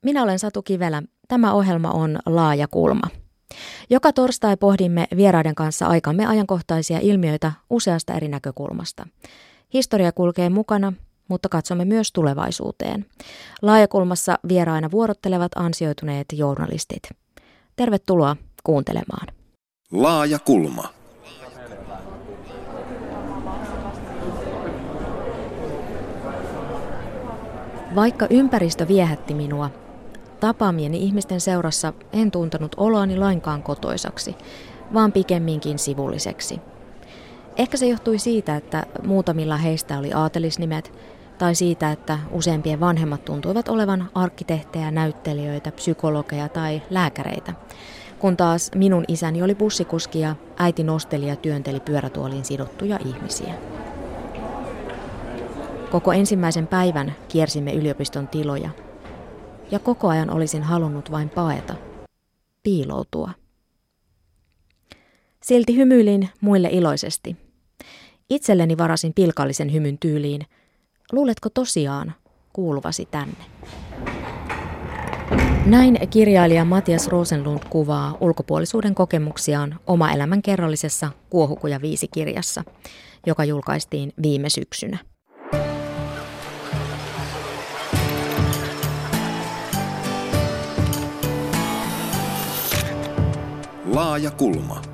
Minä olen Satu Kivelä. Tämä ohjelma on Laaja kulma. Joka torstai pohdimme vieraiden kanssa aikamme ajankohtaisia ilmiöitä useasta eri näkökulmasta. Historia kulkee mukana, mutta katsomme myös tulevaisuuteen. Laajakulmassa vieraina vuorottelevat ansioituneet journalistit. Tervetuloa kuuntelemaan. Laaja kulma. Vaikka ympäristö viehätti minua, tapaamieni ihmisten seurassa en tuntenut oloani lainkaan kotoisaksi, vaan pikemminkin sivulliseksi. Ehkä se johtui siitä, että muutamilla heistä oli aatelisnimet, tai siitä, että useimpien vanhemmat tuntuivat olevan arkkitehtejä, näyttelijöitä, psykologeja tai lääkäreitä, kun taas minun isäni oli bussikuski ja äiti nosteli ja työnteli pyörätuoliin sidottuja ihmisiä. Koko ensimmäisen päivän kiersimme yliopiston tiloja, ja koko ajan olisin halunnut vain paeta, piiloutua. Silti hymyilin muille iloisesti. Itselleni varasin pilkallisen hymyn tyyliin, luuletko tosiaan kuuluvasi tänne? Näin kirjailija Matias Rosenlund kuvaa ulkopuolisuuden kokemuksiaan oma elämän kerrallisessa Kuohukuja 5-kirjassa, joka julkaistiin viime syksynä. Laaja kulma.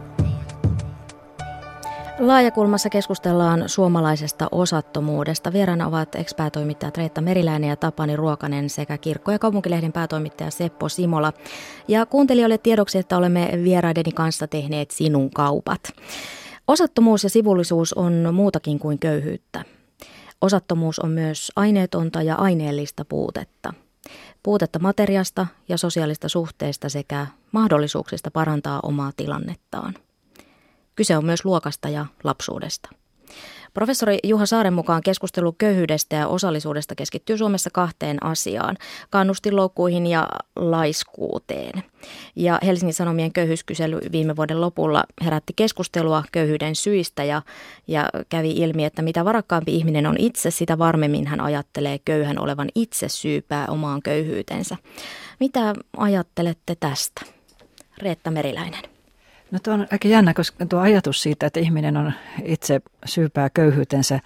Laajakulmassa keskustellaan suomalaisesta osattomuudesta. Vieraana ovat ex-päätoimittajat Reetta Meriläinen ja Tapani Ruokanen sekä Kirkko- ja kaupunkilehden päätoimittaja Seppo Simola. Ja kuuntelijoille tiedoksi, että olemme vieraideni kanssa tehneet sinun kaupat. Osattomuus ja sivullisuus on muutakin kuin köyhyyttä. Osattomuus on myös aineetonta ja aineellista puutetta. Puutetta materiasta ja sosiaalista suhteista sekä mahdollisuuksista parantaa omaa tilannettaan. Kyse on myös luokasta ja lapsuudesta. Professori Juha Saaren mukaan keskustelu köyhyydestä ja osallisuudesta keskittyy Suomessa 2 asiaan, kannustinloukkuihin ja laiskuuteen. Ja Helsingin Sanomien köyhyyskysely viime vuoden lopulla herätti keskustelua köyhyyden syistä ja kävi ilmi, että mitä varakkaampi ihminen on itse, sitä varmemmin hän ajattelee köyhän olevan itse syypää omaan köyhyytensä. Mitä ajattelette tästä? Reetta Meriläinen. No tuo on aika jännä, koska tuo ajatus siitä, että ihminen on itse syypää köyhyytensä,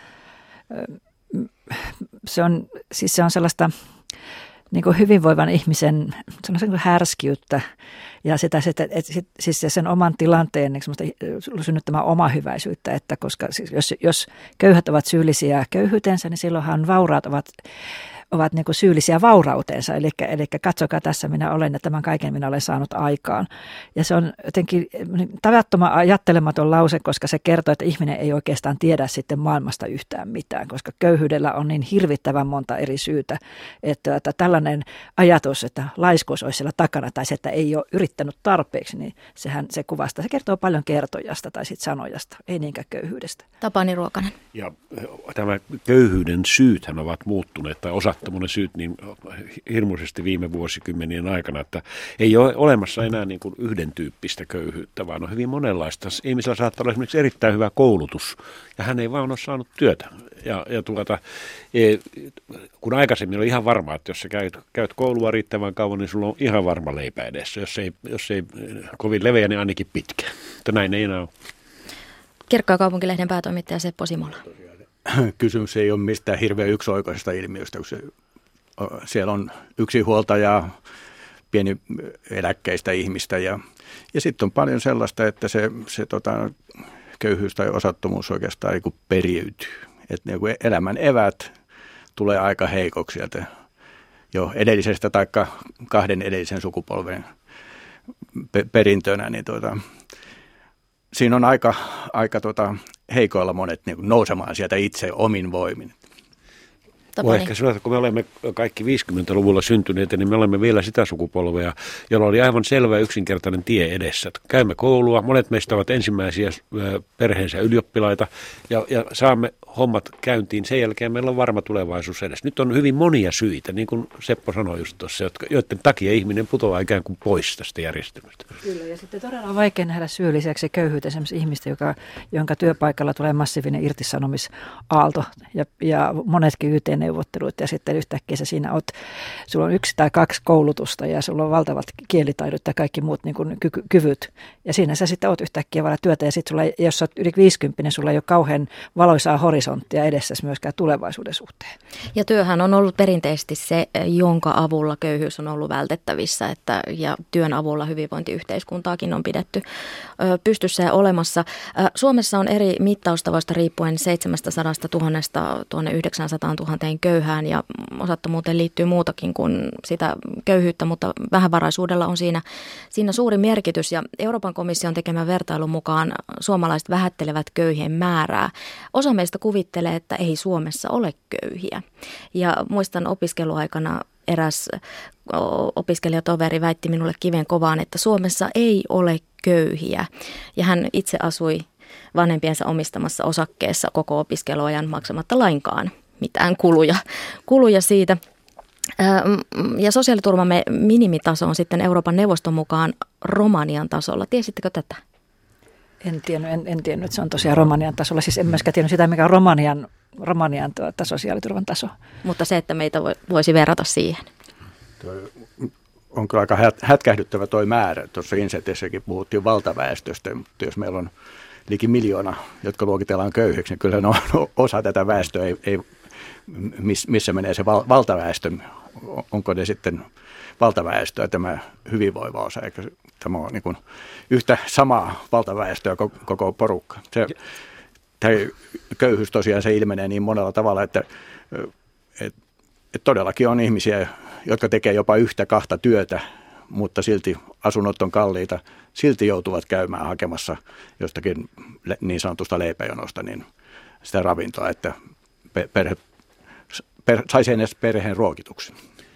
se on sellaista niin kuin hyvinvoivan ihmisen härskiyttä ja siis sen oman tilanteen niin synnyttämään omahyväisyyttä, että koska jos köyhät ovat syyllisiä köyhyytensä, niin silloinhan vauraat ovat niin kuin syyllisiä vaurauteensa, eli katsokaa tässä minä olen ja tämän kaiken minä olen saanut aikaan. Ja se on jotenkin tavattoman ajattelematon lause, koska se kertoo, että ihminen ei oikeastaan tiedä sitten maailmasta yhtään mitään, koska köyhyydellä on niin hirvittävän monta eri syytä, että tällainen ajatus, että laiskuus olisi siellä takana tai se, että ei ole yrittänyt tarpeeksi, niin se kuvastaa. Se kertoo paljon kertojasta tai sitten sanojasta, ei niinkään köyhyydestä. Tapani Ruokanen. Ja tämä köyhyyden syythän ovat muuttuneet tai osattomuuden syyt niin hirmuisesti viime vuosikymmenien aikana, että ei ole olemassa enää niin kuin yhden tyyppistä köyhyyttä, vaan on hyvin monenlaista. Ihmisellä saattaa olla esimerkiksi erittäin hyvä koulutus ja hän ei vaan ole saanut työtä. Kun aikaisemmin oli ihan varmaa, että jos sä käyt koulua riittävän kauan, niin sulla on ihan varma leipä edessä. Jos ei kovin leveä, niin ainakin pitkä. Mutta näin ei enää ole. Kirkko- ja kaupunkilehden päätoimittaja Seppo Simola. Kysymys ei ole mistään hirveän yksioikoisesta ilmiöstä, kun siellä on yksinhuoltajaa, pieni eläkkeistä ihmistä ja sitten on paljon sellaista, että se köyhyys tai osattomuus oikeastaan niin periytyy. Että niin elämän eväät tulee aika heikoksi sieltä jo edellisestä tai 2 edellisen sukupolven perintönä, niin siinä on aika heikoilla monet niin nousemaan sieltä itse omin voimin. Voi ehkä sanoa, että kun me olemme kaikki 50-luvulla syntyneet, niin me olemme vielä sitä sukupolvea, jolla oli aivan selvä yksinkertainen tie edessä. Käymme koulua, monet meistä ovat ensimmäisiä perheensä ylioppilaita ja saamme hommat käyntiin. Sen jälkeen meillä on varma tulevaisuus edessä. Nyt on hyvin monia syitä, niin kuin Seppo sanoi just tuossa, joiden takia ihminen putoaa ikään kuin pois tästä järjestelmästä. Kyllä, ja sitten todella on vaikea nähdä syylliseksi köyhyyttä esimerkiksi ihmistä, jonka työpaikalla tulee massiivinen irtisanomisaalto ja monetkin neuvotteluita ja sitten yhtäkkiä sä siinä sulla on 1 tai 2 koulutusta ja sulla on valtavat kielitaidot ja kaikki muut niin kuin kyvyt. Ja siinä sä sitten oot yhtäkkiä vailla työtä ja sitten jos sä oot yli 50, sulla ei ole kauhean valoisaa horisonttia edessäsi myöskään tulevaisuuden suhteen. Ja työhän on ollut perinteisesti se, jonka avulla köyhyys on ollut vältettävissä ja työn avulla hyvinvointiyhteiskuntaakin on pidetty pystyssä ja olemassa. Suomessa on eri mittaustavoista riippuen 700 000 tuonne 900 000 köyhään ja osattomuuteen liittyy muutakin kuin sitä köyhyyttä, mutta vähävaraisuudella on siinä suuri merkitys ja Euroopan komission tekemän vertailun mukaan suomalaiset vähättelevät köyhien määrää. Osa meistä kuvittelee, että ei Suomessa ole köyhiä ja muistan opiskeluaikana eräs opiskelijatoveri väitti minulle kiven kovaan, että Suomessa ei ole köyhiä ja hän itse asui vanhempiensa omistamassa osakkeessa koko opiskeluajan maksamatta lainkaan mitään kuluja siitä. Ja sosiaaliturvamme minimitaso on sitten Euroopan neuvoston mukaan Romanian tasolla. Tiesittekö tätä? En tiennyt, että se on tosiaan Romanian tasolla. Siis en myöskään tiennyt sitä, mikä on Romanian sosiaaliturvan taso. Mutta se, että meitä voisi verrata siihen. On kyllä aika hätkähdyttävä toi määrä. Tuossa Insetissäkin puhuttiin valtaväestöstä, mutta jos meillä on liki 1 miljoona, jotka luokitellaan köyhiksi, niin kyllä osa tätä väestöä ei missä menee se valtaväestö. Onko ne sitten valtaväestöä tämä hyvinvoiva osa, eikä tämä ole niin kuin yhtä samaa valtaväestöä koko porukka. Tämä köyhyys tosiaan se ilmenee niin monella tavalla, että todellakin on ihmisiä, jotka tekee jopa 1-2 työtä, mutta silti asunnot on kalliita, silti joutuvat käymään hakemassa jostakin niin sanotusta leipäjonosta niin sitä ravintoa, että saisi edes perheen ruokituksen.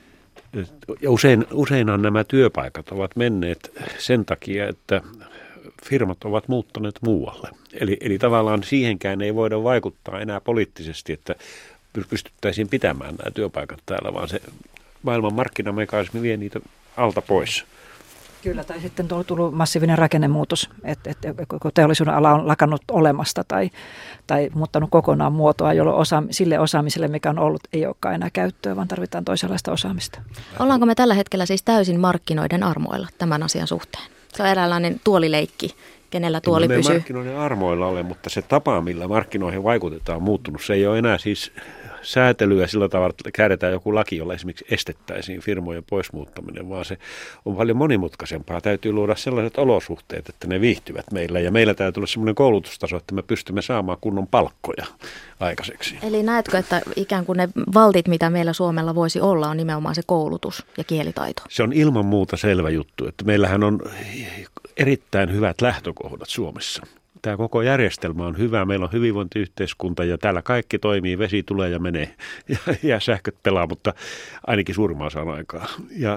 Useinhan nämä työpaikat ovat menneet sen takia, että firmat ovat muuttaneet muualle. Eli tavallaan siihenkään ei voida vaikuttaa enää poliittisesti, että pystyttäisiin pitämään nämä työpaikat täällä, vaan se maailman markkinamekanismi vie niitä alta pois. Kyllä, tai sitten on tullut massiivinen rakennemuutos, että koko teollisuuden ala on lakannut olemasta tai muuttanut kokonaan muotoa, jolloin sille osaamiselle, mikä on ollut, ei olekaan enää käyttöä, vaan tarvitaan toisenlaista osaamista. Ollaanko me tällä hetkellä siis täysin markkinoiden armoilla tämän asian suhteen? Se on eräänlainen tuolileikki, kenellä tuoli pysyy. Me markkinoiden armoilla ole, mutta se tapa, millä markkinoihin vaikutetaan, on muuttunut. Se ei ole enää siis säätelyä sillä tavalla, että käädetään joku laki, jolla esimerkiksi estettäisiin firmojen poismuuttaminen, vaan se on paljon monimutkaisempaa. Täytyy luoda sellaiset olosuhteet, että ne viihtyvät meillä ja meillä täytyy olla sellainen koulutustaso, että me pystymme saamaan kunnon palkkoja aikaiseksi. Eli näetkö, että ikään kuin ne valtit, mitä meillä Suomella voisi olla, on nimenomaan se koulutus ja kielitaito? Se on ilman muuta selvä juttu, että meillähän on erittäin hyvät lähtökohdat Suomessa. Tämä koko järjestelmä on hyvä, meillä on hyvinvointiyhteiskunta ja täällä kaikki toimii, vesi tulee ja menee ja sähköt pelaa, mutta ainakin suurimman osan aikaa.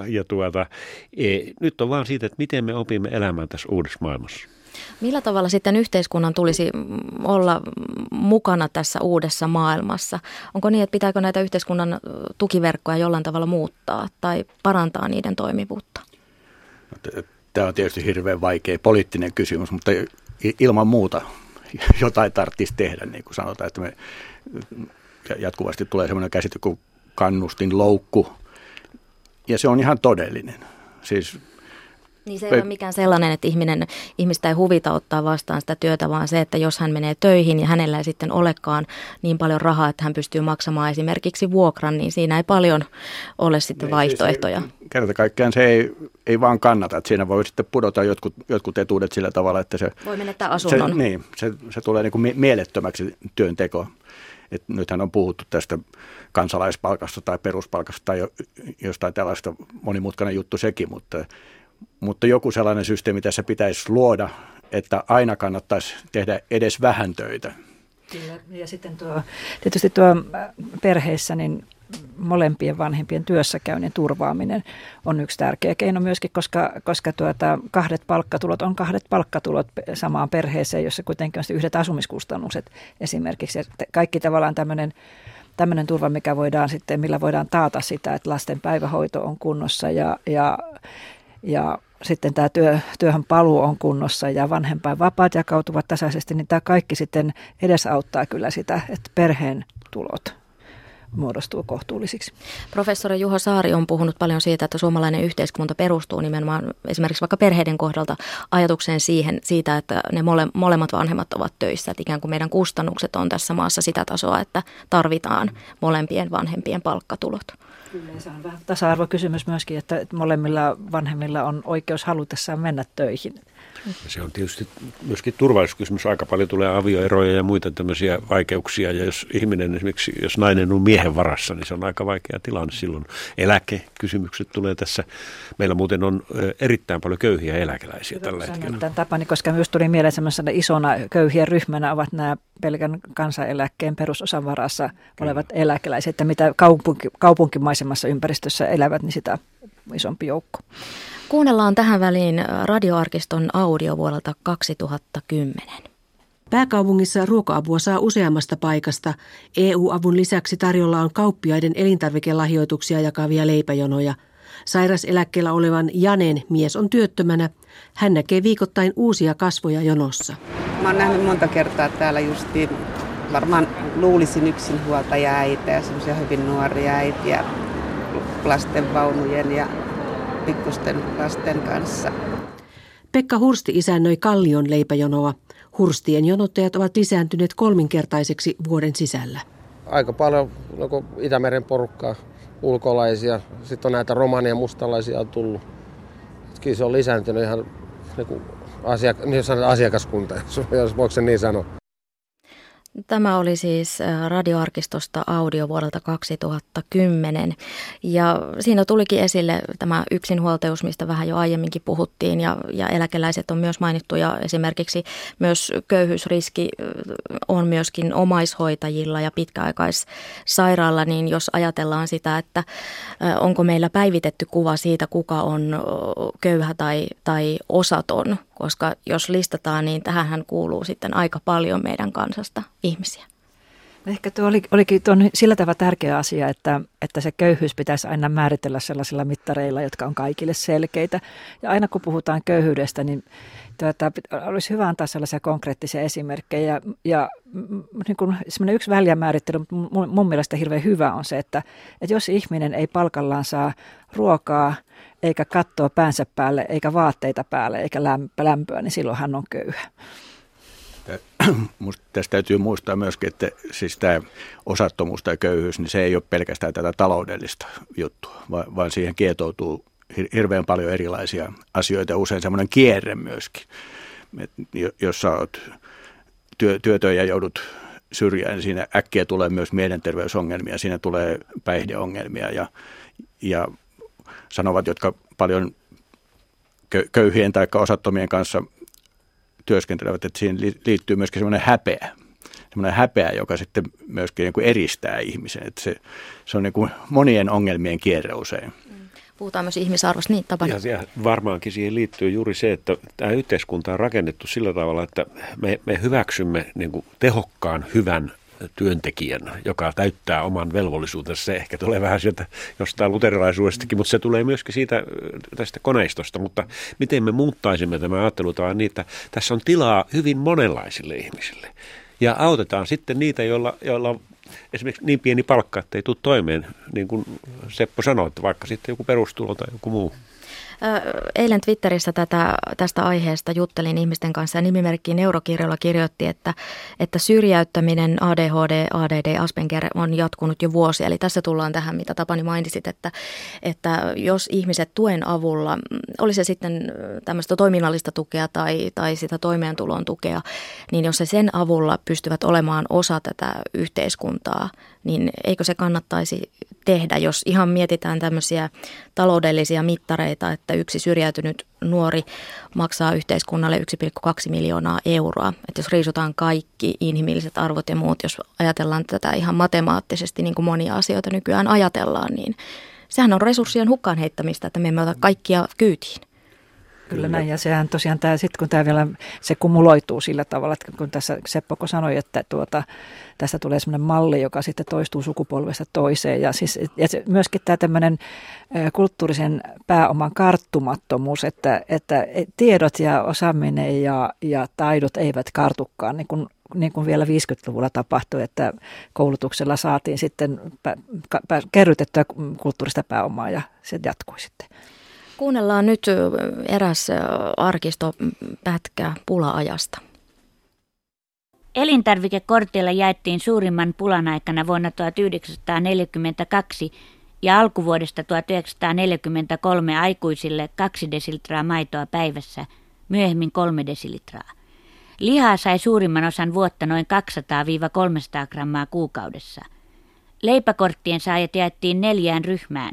Nyt on vaan siitä, että miten me opimme elämään tässä uudessa maailmassa. Millä tavalla sitten yhteiskunnan tulisi olla mukana tässä uudessa maailmassa? Onko niin, että pitääkö näitä yhteiskunnan tukiverkkoja jollain tavalla muuttaa tai parantaa niiden toimivuutta? Tämä on tietysti hirveän vaikea poliittinen kysymys, mutta ilman muuta jotain tarvitsisi tehdä, niin kuin sanotaan, että me jatkuvasti tulee sellainen käsite kuin kannustinloukku, ja se on ihan todellinen. Siis niin se ei ole mikään sellainen, että ihmistä ei huvita ottaa vastaan sitä työtä, vaan se, että jos hän menee töihin ja hänellä ei sitten olekaan niin paljon rahaa, että hän pystyy maksamaan esimerkiksi vuokran, niin siinä ei paljon ole sitten vaihtoehtoja. Kerta kaikkiaan se ei vaan kannata, että siinä voi sitten pudota jotkut etuudet sillä tavalla, että se voi menettää asunnon. Se tulee niin kuin mielettömäksi työnteko. Et nythän on puhuttu tästä kansalaispalkasta tai peruspalkasta tai jostain tällaista, monimutkainen juttu sekin, mutta joku sellainen systeemi tässä pitäisi luoda, että aina kannattaisi tehdä edes vähän töitä. Kyllä, ja sitten tietysti perheissä niin molempien vanhempien työssäkäynnin turvaaminen on yksi tärkeä keino myöskin, koska 2 palkkatulot on 2 palkkatulot samaan perheeseen, jossa kuitenkin on yhdet asumiskustannukset esimerkiksi. Ja kaikki tavallaan tämmöinen turva, millä voidaan taata sitä, että lasten päivähoito on kunnossa ja sitten tämä työhön paluu on kunnossa ja vanhempainvapaat jakautuvat tasaisesti, niin tämä kaikki sitten edesauttaa kyllä sitä, että perheen tulot muodostuu kohtuullisiksi. Professori Juho Saari on puhunut paljon siitä, että suomalainen yhteiskunta perustuu nimenomaan esimerkiksi vaikka perheiden kohdalta ajatukseen siitä, että ne molemmat vanhemmat ovat töissä. Että ikään kuin meidän kustannukset on tässä maassa sitä tasoa, että tarvitaan molempien vanhempien palkkatulot. Kyllä, se on vähän tasa-arvokysymys myöskin, että molemmilla vanhemmilla on oikeus halutessaan mennä töihin. Se on tietysti myöskin turvallisuuskysymys. Aika paljon tulee avioeroja ja muita tämmöisiä vaikeuksia. Ja jos ihminen esimerkiksi, jos nainen on miehen varassa, niin se on aika vaikea tilanne. Silloin eläkekysymykset tulee tässä. Meillä muuten on erittäin paljon köyhiä eläkeläisiä tällä hetkellä. Tämän Tapani, koska myös tuli mieleen semmoisena isona köyhien ryhmänä ovat nämä pelkän kansaneläkkeen perusosan varassa olevat eläkeläiset. Että mitä kaupunkimaisemmassa ympäristössä elävät, niin sitä isompi joukko. Kuunnellaan tähän väliin radioarkiston audio vuodelta 2010. Pääkaupungissa ruoka-apua saa useammasta paikasta. EU-avun lisäksi tarjolla on kauppiaiden elintarvikelahjoituksia jakavia leipäjonoja. Sairaseläkkeellä olevan Janen mies on työttömänä. Hän näkee viikoittain uusia kasvoja jonossa. Mä oon nähnyt monta kertaa täällä justiin, varmaan luulisin yksinhuoltaja äitiä, semmoisia hyvin nuoria äitiä lastenvaunujen ja pikkusten lasten kanssa. Pekka Hursti isännöi Kallion leipäjonoa. Hurstien jonottajat ovat lisääntyneet 3-kertaiseksi vuoden sisällä. Aika paljon Itämeren porukkaa, ulkolaisia. Sitten on näitä romania mustalaisia on tullut. Kyllä se on lisääntynyt ihan asiakaskunta, jos voiko se niin sanoa. Tämä oli siis radioarkistosta audio vuodelta 2010 ja siinä tulikin esille tämä yksinhuoltajuus, mistä vähän jo aiemminkin puhuttiin ja eläkeläiset on myös mainittu ja esimerkiksi myös köyhyysriski on myöskin omaishoitajilla ja pitkäaikaissairaalla, niin jos ajatellaan sitä, että onko meillä päivitetty kuva siitä, kuka on köyhä tai osaton, koska jos listataan, niin tähänhän kuuluu sitten aika paljon meidän kansasta ihmisiä. Ehkä tuo olikin sillä tavalla tärkeä asia, että se köyhyys pitäisi aina määritellä sellaisilla mittareilla, jotka on kaikille selkeitä. Ja aina kun puhutaan köyhyydestä, niin olisi hyvä antaa sellaisia konkreettisia esimerkkejä. Ja niin kuin semmoinen yksi väljä määrittely, mun mielestä hirveän hyvä on se, että jos ihminen ei palkallaan saa ruokaa, eikä kattoa päänsä päälle, eikä vaatteita päälle, eikä lämpöä, niin silloin hän on köyhä. Tästä täytyy muistaa myöskin, että siis tämä osattomuus tai köyhyys, niin se ei ole pelkästään tätä taloudellista juttua, vaan siihen kietoutuu hirveän paljon erilaisia asioita, usein semmoinen kierre myöskin. Jos sä oot työtön ja joudut syrjään, niin siinä äkkiä tulee myös mielenterveysongelmia, siinä tulee päihdeongelmia ja sanovat, jotka paljon köyhien tai osattomien kanssa työskentelevät, että siihen liittyy myöskin semmoinen häpeä, joka sitten myöskin niin kuin eristää ihmisen. Että se on niin kuin monien ongelmien kierre usein. Puhutaan myös ihmisarvosta, niin Tapani. Ja varmaankin siihen liittyy juuri se, että tämä yhteiskunta on rakennettu sillä tavalla, että me hyväksymme niin kuin tehokkaan, hyvän työntekijän, joka täyttää oman velvollisuutensa. Se ehkä tulee vähän sieltä jostain luterilaisuudestakin, mutta se tulee myöskin tästä koneistosta. Mutta miten me muuttaisimme tämä ajattelutavan niin, että tässä on tilaa hyvin monenlaisille ihmisille. Ja autetaan sitten niitä, joilla on esimerkiksi niin pieni palkka, että ei tule toimeen, niin kuin Seppo sanoi, että vaikka sitten joku perustulo tai joku muu. Eilen Twitterissä tästä aiheesta juttelin ihmisten kanssa ja nimimerkki Neurokirjolla kirjoitti, että syrjäyttäminen, ADHD, ADD, Asperger on jatkunut jo vuosia. Eli tässä tullaan tähän, mitä Tapani mainitsit, että jos ihmiset tuen avulla, oli se sitten tämmöistä toiminnallista tukea tai sitä toimeentulon tukea, niin jos se sen avulla pystyvät olemaan osa tätä yhteiskuntaa, niin eikö se kannattaisi tehdä, jos ihan mietitään tämmöisiä taloudellisia mittareita, että yksi syrjäytynyt nuori maksaa yhteiskunnalle 1,2 miljoonaa euroa. Että jos riisutaan kaikki inhimilliset arvot ja muut, jos ajatellaan tätä ihan matemaattisesti, niin kuin monia asioita nykyään ajatellaan, niin sehän on resurssien hukkaan heittämistä, että me emme ota kaikkia kyytiin. Kyllä näin, ja sehän tosiaan kun tämä vielä se kumuloituu sillä tavalla, että kun tässä Seppoko sanoi, että tästä tulee sellainen malli, joka sitten toistuu sukupolvesta toiseen, ja myöskin tämä tämmöinen kulttuurisen pääoman karttumattomuus, että tiedot ja osaaminen ja taidot eivät kartukaan niin kuin niin kuin vielä 50-luvulla tapahtui, että koulutuksella saatiin sitten kerrytettyä kulttuurista pääomaa ja se jatkui sitten. Kuunnellaan nyt eräs arkistopätkä pula-ajasta. Elintarvikekortilla jaettiin suurimman pulan aikana vuonna 1942 ja alkuvuodesta 1943 aikuisille 2 desilitraa maitoa päivässä, myöhemmin 3 desilitraa. Lihaa sai suurimman osan vuotta noin 200-300 grammaa kuukaudessa. Leipäkorttien saajat jaettiin 4 ryhmään.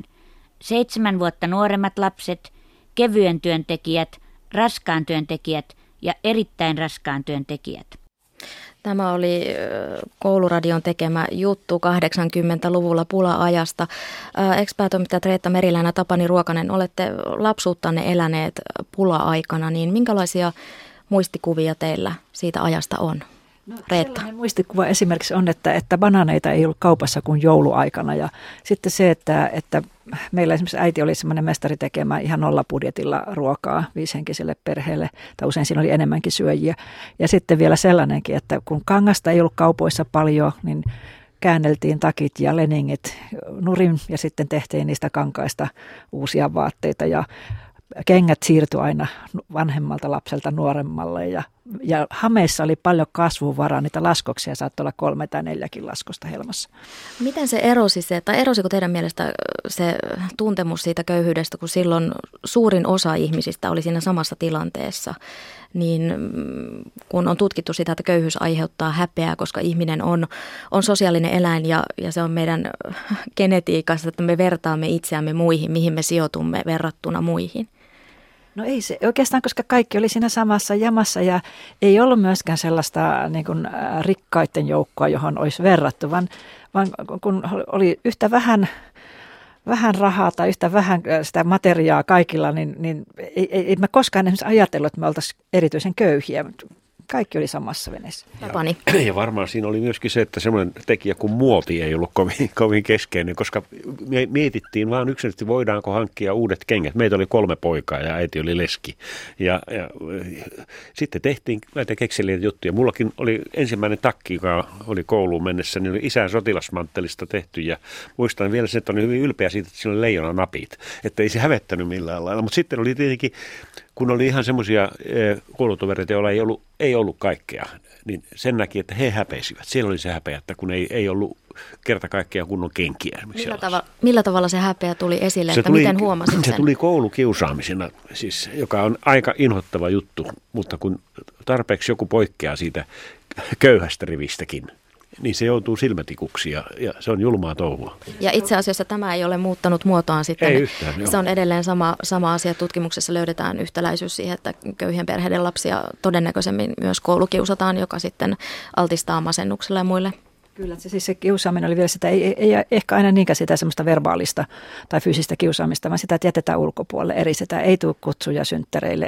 7 vuotta nuoremmat lapset, kevyen työntekijät, raskaan työntekijät ja erittäin raskaan työntekijät. Tämä oli Kouluradion tekemä juttu 80-luvulla pula-ajasta. Ex-päätoimittaja Reetta Meriläinen ja Tapani Ruokanen, olette lapsuuttanne eläneet pula-aikana, niin minkälaisia muistikuvia teillä siitä ajasta on? Reetta. Sellainen muistikuva esimerkiksi on, että banaaneita ei ollut kaupassa kuin jouluaikana ja sitten se, että meillä esimerkiksi äiti oli semmoinen mestari tekemään ihan nollabudjetilla ruokaa 5-henkiselle perheelle, tai usein siinä oli enemmänkin syöjiä. Ja sitten vielä sellainenkin, että kun kangasta ei ollut kaupoissa paljon, niin käänneltiin takit ja leningit nurin ja sitten tehtiin niistä kankaista uusia vaatteita ja kengät siirtyi aina vanhemmalta lapselta nuoremmalle ja hameissa oli paljon kasvuvaraa, niitä laskoksia saattoi olla 3 tai 4 laskosta helmassa. Miten se erosi tai erosiko teidän mielestä se tuntemus siitä köyhyydestä, kun silloin suurin osa ihmisistä oli siinä samassa tilanteessa, niin kun on tutkittu sitä, että köyhyys aiheuttaa häpeää, koska ihminen on sosiaalinen eläin ja se on meidän genetiikassa, että me vertaamme itseämme muihin, mihin me sijoitumme verrattuna muihin. No ei se oikeastaan, koska kaikki oli siinä samassa jamassa ja ei ollut myöskään sellaista niin kuin rikkaiden joukkoa, johon olisi verrattu, vaan kun oli yhtä vähän rahaa tai yhtä vähän sitä materiaa kaikilla, niin ei me koskaan esimerkiksi ajatellut, että me oltaisiin erityisen köyhiä. Kaikki oli samassa veneessä. Ja varmaan siinä oli myöskin se, että semmoinen tekijä kuin muoti ei ollut kovin keskeinen, koska me mietittiin vaan yksinkertaisesti, voidaanko hankkia uudet kengät. Meitä oli 3 poikaa ja äiti oli leski. Ja sitten tehtiin näitä kekseliä juttuja. Mullakin oli ensimmäinen takki, joka oli kouluun mennessä, niin oli isän sotilasmanttelista tehty. Ja muistan vielä sen, että olin hyvin ylpeä siitä, että siinä oli leijonanapit. Että ei se hävettänyt millään lailla. Mutta sitten oli tietenkin, kun oli ihan semmoisia koulutovereita, joilla ei ollut kaikkea, niin sen näki, että he häpeisivät. Siellä oli se häpeä, että kun ei ollut kerta kaikkiaan kunnon kenkiä. Millä tavalla se häpeä tuli esille, miten huomasit sen? Se tuli koulukiusaamisena, siis, joka on aika inhottava juttu, mutta kun tarpeeksi joku poikkeaa siitä köyhästä rivistäkin, niin se joutuu silmätikuksi ja se on julmaa touhua. Ja itse asiassa tämä ei ole muuttanut muotoaan sitten. Ei yhtään, joo. Se on edelleen sama asia. Tutkimuksessa löydetään yhtäläisyys siihen, että köyhien perheiden lapsia todennäköisemmin myös koulukiusataan, joka sitten altistaa masennukselle ja muille. Kyllä, se kiusaaminen oli vielä sitä, ei ehkä aina niinkään sitä semmoista verbaalista tai fyysistä kiusaamista, vaan sitä, että jätetään ulkopuolelle, eristetään, ei tule kutsuja synttäreille,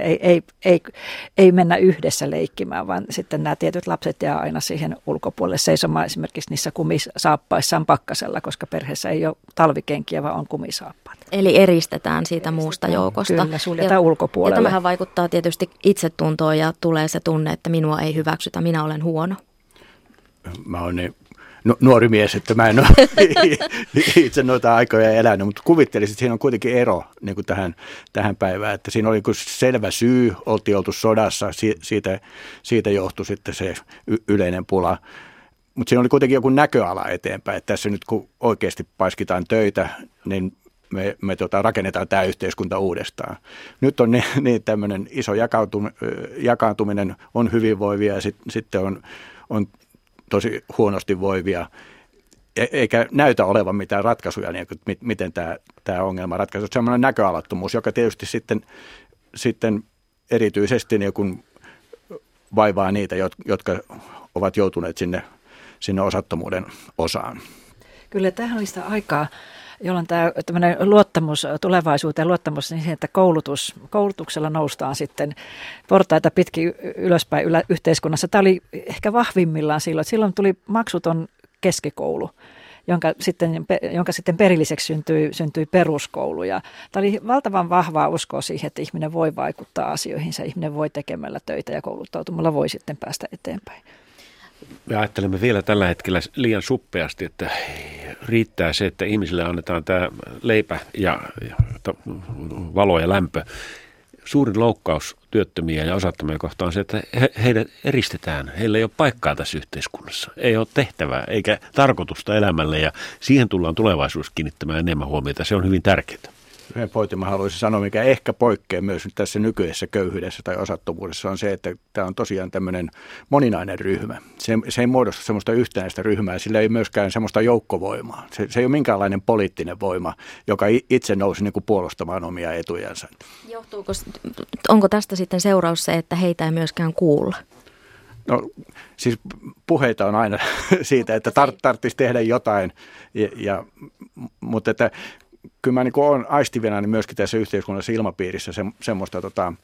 ei mennä yhdessä leikkimään, vaan sitten nämä tietyt lapset jää aina siihen ulkopuolelle seisomaan esimerkiksi niissä kumisaappaissaan pakkasella, koska perheessä ei ole talvikenkiä, vaan on kumisaappaat. Eli eristetään siitä muusta joukosta. Kyllä, suljetaan ulkopuolelle. Ja tämähän vaikuttaa tietysti itsetuntoon ja tulee se tunne, että minua ei hyväksytä, minä olen huono. Mä oon nuori mies, että mä en ole itse noita aikoja elänyt, mutta kuvittelisin, että siinä on kuitenkin ero niin kuin tähän päivään, että siinä oli selvä syy, oltiin oltu sodassa, siitä johtui sitten se yleinen pula, mutta siinä oli kuitenkin joku näköala eteenpäin, että tässä nyt kun oikeasti paiskitaan töitä, niin me rakennetaan tämä yhteiskunta uudestaan. Nyt on niin tämmöinen iso jakaantuminen on hyvinvoivia ja sitten on tosi huonosti voivia, eikä näytä olevan mitään ratkaisuja, niin kuin, miten tämä ongelma ratkaisuu. Se on sellainen näköalattomuus, joka tietysti sitten erityisesti niin kun vaivaa niitä, jotka ovat joutuneet sinne osattomuuden osaan. Kyllä tähän oli sitä aikaa, jolloin tämä tämmöinen luottamus tulevaisuuteen, luottamus siihen, että koulutuksella noustaan sitten portaita pitkin ylöspäin yhteiskunnassa. Tämä oli ehkä vahvimmillaan silloin. Silloin tuli maksuton keskikoulu, jonka sitten perilliseksi syntyi peruskoulu. Ja tämä oli valtavan vahvaa uskoa siihen, että ihminen voi vaikuttaa asioihinsa, ihminen voi tekemällä töitä ja kouluttautumalla voi sitten päästä eteenpäin. Me ajattelemme vielä tällä hetkellä liian suppeasti, että riittää se, että ihmisille annetaan tämä leipä ja valo ja lämpö. Suurin loukkaus työttömiä ja osattomia kohtaan on se, että heidät eristetään. Heillä ei ole paikkaa tässä yhteiskunnassa. Ei ole tehtävää eikä tarkoitusta elämälle ja siihen tullaan tulevaisuudessa kiinnittämään enemmän huomiota. Se on hyvin tärkeää. Yhden pointin mä haluaisin sanoa, mikä ehkä poikkeaa myös nyt tässä nykyisessä köyhyydessä tai osattomuudessa on se, että tämä on tosiaan tämmöinen moninainen ryhmä. Se ei muodosta semmoista yhtenäistä ryhmää, sillä ei myöskään semmoista joukkovoimaa. Se ei ole minkäänlainen poliittinen voima, joka itse nousi niin kuin puolustamaan omia etujansa. Onko tästä sitten seuraus se, että heitä ei myöskään kuulla? No siis puheita on aina siitä, että tarvitsisi tehdä jotain, mutta että kyllä mä niin olen aistivina niin myöskin tässä yhteiskunnassa ilmapiirissä semmoista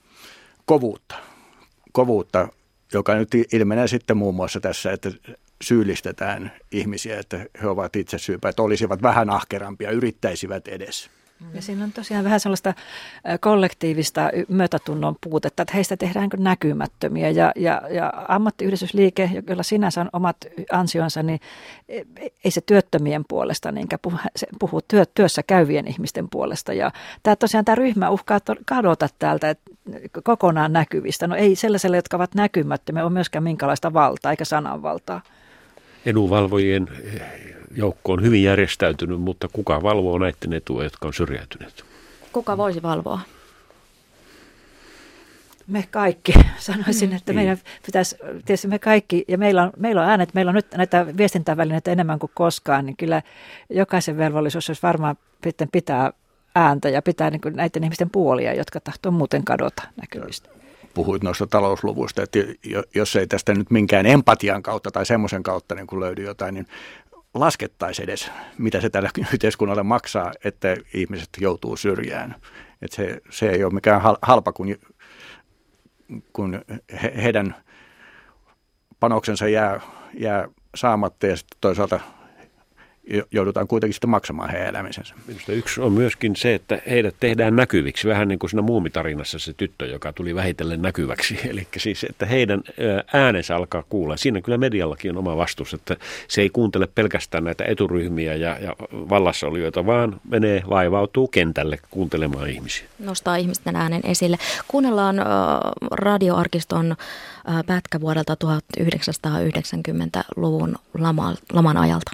kovuutta, joka nyt ilmenee sitten muun muassa tässä, että syyllistetään ihmisiä, että he ovat itse syypä, että olisivat vähän ahkerampia, yrittäisivät edes. Ja siinä on tosiaan vähän sellaista kollektiivista myötätunnon puutetta, että heistä tehdään näkymättömiä ja ammattiyhdistysliike, jolla sinänsä on omat ansionsa, niin ei se työttömien puolesta, niinkä puhuu työssä käyvien ihmisten puolesta. Ja tämä ryhmä uhkaa kadota täältä kokonaan näkyvistä. No ei sellaiselle, jotka ovat näkymättömiä, ole myöskään minkälaista valtaa eikä sananvaltaa. Edunvalvojien joukko on hyvin järjestäytynyt, mutta kuka valvoo näiden etua, jotka on syrjäytyneet? Kuka voisi valvoa? Me kaikki. Sanoisin, että meidän pitäisi, tietysti me kaikki, ja meillä on äänet, meillä on nyt näitä viestintävälineitä enemmän kuin koskaan, niin kyllä jokaisen velvollisuus olisi varmaan pitää ääntä ja pitää niin kuin näiden ihmisten puolia, jotka tahtoo muuten kadota näkyvistä. Puhuit noista talousluvuista, että jos ei tästä nyt minkään empatian kautta tai semmoisen kautta niin kun löydy jotain, niin laskettaisiin edes, mitä se tällä yhteiskunnalle maksaa, että ihmiset joutuu syrjään. Että se ei ole mikään halpa, kun heidän panoksensa jää saamatta ja sitten toisaalta joudutaan kuitenkin sitten maksamaan heidän elämisensä. Minusta yksi on myöskin se, että heidät tehdään näkyviksi, vähän niin kuin siinä Muumitarinassa se tyttö, joka tuli vähitellen näkyväksi. Eli siis, että heidän äänensä alkaa kuulla. Siinä kyllä mediallakin on oma vastuus, että se ei kuuntele pelkästään näitä eturyhmiä ja vallassaolijoita, vaan vaivautuu kentälle kuuntelemaan ihmisiä. Nostaa ihmisten äänen esille. Kuunnellaan radioarkiston pätkä vuodelta 1990-luvun laman ajalta.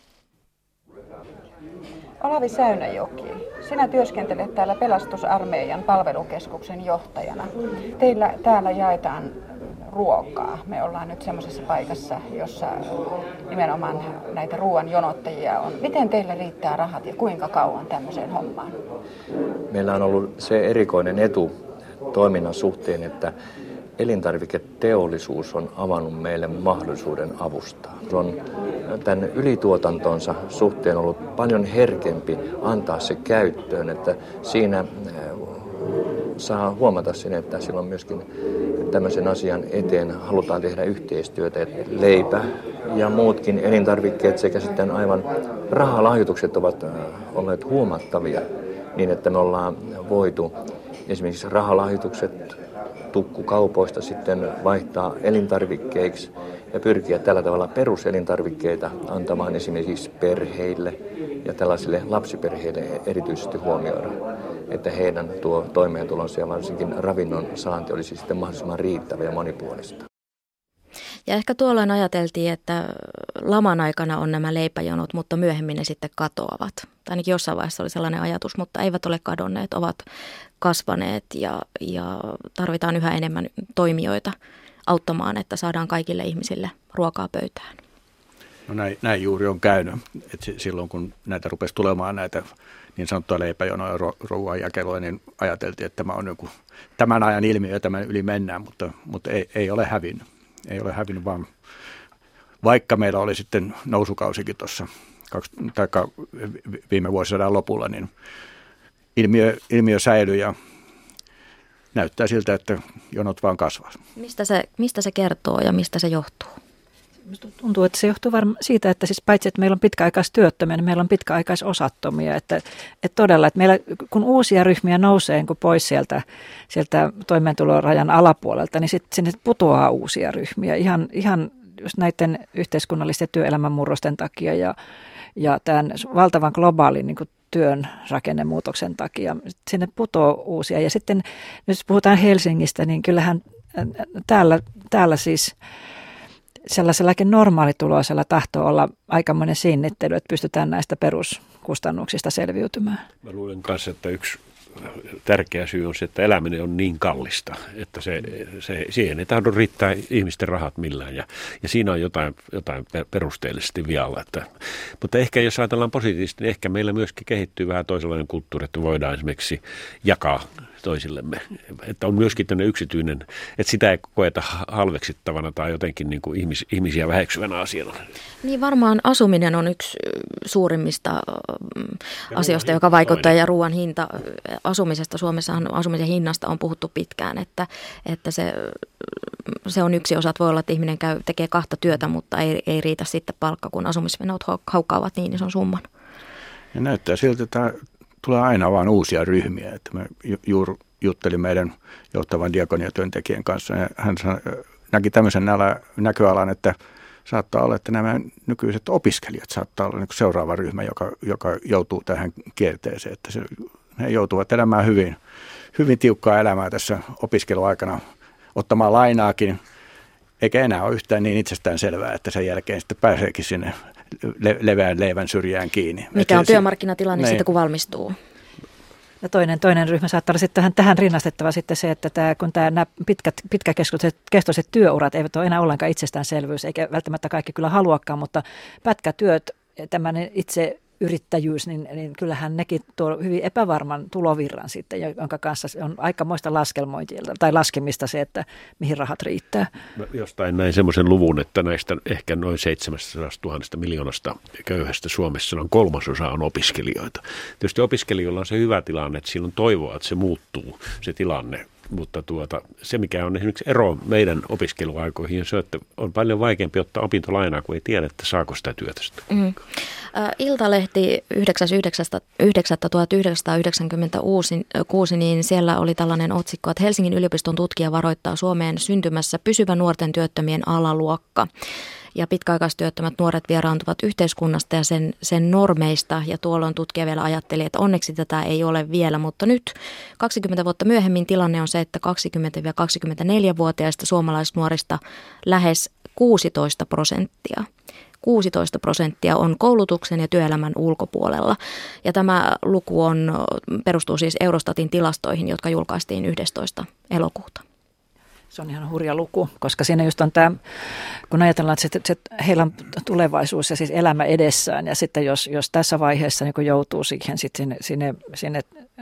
Olavi Säynäjoki, sinä työskentelet täällä Pelastusarmeijan palvelukeskuksen johtajana. Teillä täällä jaetaan ruokaa. Me ollaan nyt semmoisessa paikassa, jossa nimenomaan näitä ruoan jonottajia on. Miten teillä riittää rahat ja kuinka kauan tämmöiseen hommaan? Meillä on ollut se erikoinen etu toiminnan suhteen, että elintarviketeollisuus on avannut meille mahdollisuuden avustaa. Se on tämän ylituotantonsa suhteen ollut paljon herkempi antaa se käyttöön, että siinä saa huomata sen, että silloin myöskin tämmöisen asian eteen halutaan tehdä yhteistyötä, että leipä ja muutkin elintarvikkeet sekä sitten aivan rahalahjoitukset ovat olleet huomattavia niin, että me ollaan voitu esimerkiksi rahalahjoitukset tukkukaupoista sitten vaihtaa elintarvikkeiksi ja pyrkiä tällä tavalla peruselintarvikkeita antamaan esimerkiksi perheille ja tällaisille lapsiperheille erityisesti huomioida, että heidän tuo toimeentulonsa ja varsinkin ravinnon saanti olisi sitten mahdollisimman riittävä ja monipuolista. Ja ehkä tuolloin ajateltiin, että laman aikana on nämä leipäjonot, mutta myöhemmin ne sitten katoavat. Tai ainakin jossain vaiheessa oli sellainen ajatus, mutta eivät ole kadonneet, ovat kasvaneet ja tarvitaan yhä enemmän toimijoita auttamaan, että saadaan kaikille ihmisille ruokaa pöytään. No näin juuri on käynyt. Et silloin kun näitä rupesi tulemaan näitä niin sanottua leipäjonoja ruoan jakelua, niin ajateltiin, että tämä on joku tämän ajan ilmiö ja tämän yli mennään, mutta ei ole hävinnyt. Ei ole hävinnyt, vaan vaikka meillä oli sitten nousukausikin tuossa viime vuosisadan lopulla, niin ilmiö säilyi ja näyttää siltä, että jonot vaan kasvaa. Mistä se kertoo ja mistä se johtuu? Minusta tuntuu, että se johtuu varmaan siitä, että siis paitsi, että meillä on pitkäaikaistyöttömiä, niin meillä on pitkäaikaisosattomia. Että todella, että meillä kun uusia ryhmiä nousee kun pois sieltä toimeentulorajan alapuolelta, niin sitten sinne putoaa uusia ryhmiä. Ihan just näiden yhteiskunnallisten ja työelämän murrosten takia ja tämän valtavan globaalin niin kuin työn rakennemuutoksen takia. Sinne putoaa uusia. Ja sitten, jos puhutaan Helsingistä, niin kyllähän täällä siis sellaisellakin normaalituloisella tahtoo olla aikamoinen sinnittely, että pystytään näistä peruskustannuksista selviytymään. Mä luulen kanssa, että yksi tärkeä syy on se, että eläminen on niin kallista, että siihen ei tahdo riittää ihmisten rahat millään. Ja siinä on jotain perusteellisesti vialla. Mutta ehkä jos ajatellaan positiivisesti, niin ehkä meillä myöskin kehittyy vähän toisenlainen kulttuuri, että voidaan esimerkiksi jakaa toisillemme. Että on myöskin tämmöinen yksityinen, että sitä ei koeta halveksittavana tai jotenkin niin kuin ihmisiä väheksyvänä asiana. Niin varmaan asuminen on yksi suurimmista asioista, joka vaikuttaa, ja ruoan hinta. Asumisesta Suomessahan asumisen hinnasta on puhuttu pitkään, että se on yksi osa, että voi olla, että ihminen tekee 2 työtä, mutta ei riitä sitten palkka, kun asumismenot haukkaavat niin ison summan. Ja näyttää siltä, että tulee aina vaan uusia ryhmiä. Että mä juuri juttelin meidän johtavan diakoniatyöntekijän kanssa, ja hän näki tämmöisen näköalan, että saattaa olla, että nämä nykyiset opiskelijat saattaa olla niin seuraava ryhmä, joka joutuu tähän kierteeseen, että he joutuvat elämään hyvin tiukkaa elämää tässä opiskeluaikana, ottamaan lainaakin, eikä enää ole yhtään niin itsestään selvää, että sen jälkeen sitten pääseekin sinne leveän leivän syrjään kiinni. Mikä on työmarkkinatilanne siitä, kun valmistuu? Ja toinen ryhmä saattaa olla sitten tähän rinnastettava sitten se, että kun nämä pitkäkestoiset työurat eivät ole enää ollenkaan itsestäänselvyys, eikä välttämättä kaikki kyllä haluakaan, mutta pätkätyöt, tämmöinen itse yrittäjyys, niin kyllähän nekin tuo hyvin epävarman tulovirran sitten, jonka kanssa on aikamoista laskelmointia tai laskemista se, että mihin rahat riittää. Mä jostain näin semmoisen luvun, että näistä ehkä noin 700 000 miljoonasta köyhästä Suomessa noin 1/3 on opiskelijoita. Tietysti opiskelijoilla on se hyvä tilanne, että silloin toivoa, että se muuttuu se tilanne. Mutta se, mikä on esimerkiksi ero meidän opiskeluaikoihin, on se, että on paljon vaikeampi ottaa opintolainaa, kun ei tiedä, että saako sitä työtä sitten. Iltalehti 9.9.1996, niin siellä oli tällainen otsikko, että Helsingin yliopiston tutkija varoittaa Suomeen syntymässä pysyvä nuorten työttömien alaluokka. Ja pitkäaikaistyöttömät nuoret vieraantuvat yhteiskunnasta ja sen normeista, ja tuolloin tutkija vielä ajatteli, että onneksi tätä ei ole vielä, mutta nyt 20 vuotta myöhemmin tilanne on se, että 20-24-vuotiaista suomalaisnuorista lähes 16% on koulutuksen ja työelämän ulkopuolella. Ja tämä luku perustuu siis Eurostatin tilastoihin, jotka julkaistiin 11. elokuuta. Se on ihan hurja luku, koska siinä just on tämä, kun ajatellaan, että heillä on tulevaisuus ja siis elämä edessään, ja sitten jos tässä vaiheessa niin joutuu sinne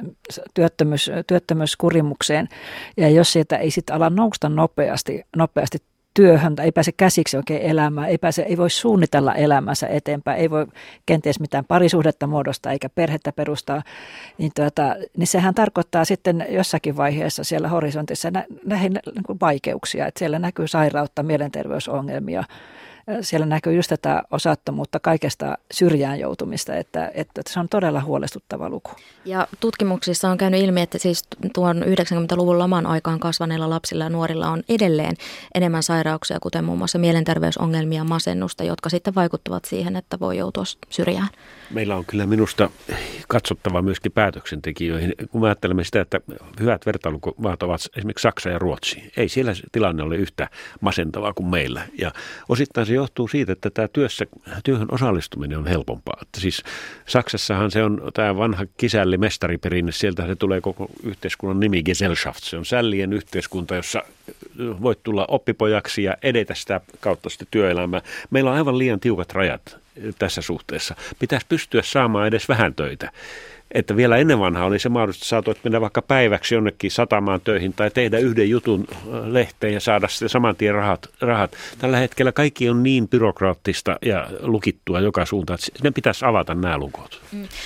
työttömyyskurimukseen, ja jos sieltä ei sitten ala nousta nopeasti työhön, tai ei pääse käsiksi oikein elämään, ei voi suunnitella elämänsä eteenpäin, ei voi kenties mitään parisuhdetta muodostaa eikä perhettä perustaa, niin sehän tarkoittaa sitten jossakin vaiheessa siellä horisontissa näihin vaikeuksia, että siellä näkyy sairautta, mielenterveysongelmia, siellä näkyy just tätä osattomuutta, kaikesta syrjään joutumista, että se on todella huolestuttava luku. Ja tutkimuksissa on käynyt ilmi, että siis tuon 90-luvun laman aikaan kasvaneilla lapsilla ja nuorilla on edelleen enemmän sairauksia, kuten muun muassa mielenterveysongelmia ja masennusta, jotka sitten vaikuttavat siihen, että voi joutua syrjään. Meillä on kyllä minusta katsottava myöskin päätöksentekijöihin, kun me ajattelemme sitä, että hyvät vertailumaat ovat esimerkiksi Saksa ja Ruotsi. Ei siellä tilanne ole yhtä masentavaa kuin meillä, ja osittain se johtuu siitä, että tämä työhön osallistuminen on helpompaa. Että siis Saksassahan se on tämä vanha kisälli-mestariperinne, sieltä se tulee koko yhteiskunnan nimi Gesellschaft. Se on sällien yhteiskunta, jossa voit tulla oppipojaksi ja edetä sitä kautta sitten työelämää. Meillä on aivan liian tiukat rajat tässä suhteessa. Pitäisi pystyä saamaan edes vähän töitä. Että vielä ennen vanhaa oli se mahdollisuus, että saatoit mennä vaikka päiväksi jonnekin satamaan töihin tai tehdä yhden jutun lehteen ja saada sitten saman tien rahat. Tällä hetkellä kaikki on niin byrokraattista ja lukittua joka suuntaan, että ne pitäisi avata nämä lukot.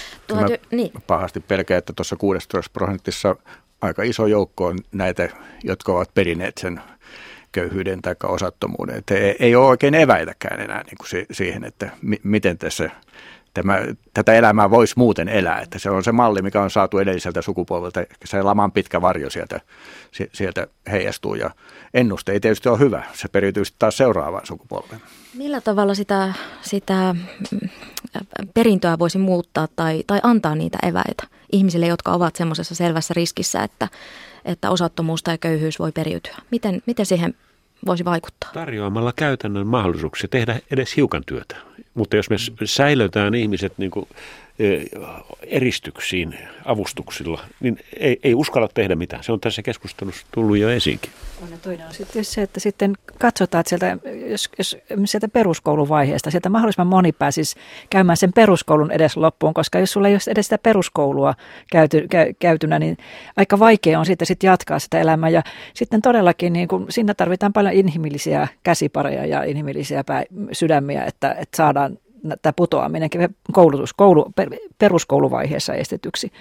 Pahasti pelkää, että tuossa 16% aika iso joukko on näitä, jotka ovat perineet sen köyhyyden tai osattomuuden. Että ei ole oikein eväitäkään enää niin kuin siihen, että miten tässä tätä elämää voisi muuten elää. Että se on se malli, mikä on saatu edelliseltä sukupolvelta. Se laman pitkä varjo sieltä heijastuu ja ennuste ei tietysti ole hyvä. Se periytyy taas seuraavaan sukupolveen. Millä tavalla sitä perintöä voisi muuttaa tai antaa niitä eväitä ihmisille, jotka ovat semmoisessa selvässä riskissä, että osattomuus tai köyhyys voi periytyä? Miten siihen voisi vaikuttaa? Tarjoamalla käytännön mahdollisuuksia tehdä edes hiukan työtä. Mutta jos me säilötään ihmiset niin kuin eristyksiin avustuksilla, niin ei uskalla tehdä mitään. Se on tässä keskustelussa tullut jo esiinkin. Toinen on sitten se, että sitten katsotaan, että sieltä peruskouluvaiheesta, sieltä mahdollisimman moni pääsisi käymään sen peruskoulun edes loppuun, koska jos sulla ei ole edes sitä peruskoulua käytynä, niin aika vaikea on sitten jatkaa sitä elämää. Ja sitten todellakin niin kun, siinä tarvitaan paljon inhimillisiä käsipareja ja inhimillisiä sydämiä, että saadaan tämä putoaminen peruskouluvaiheessa estetyksi.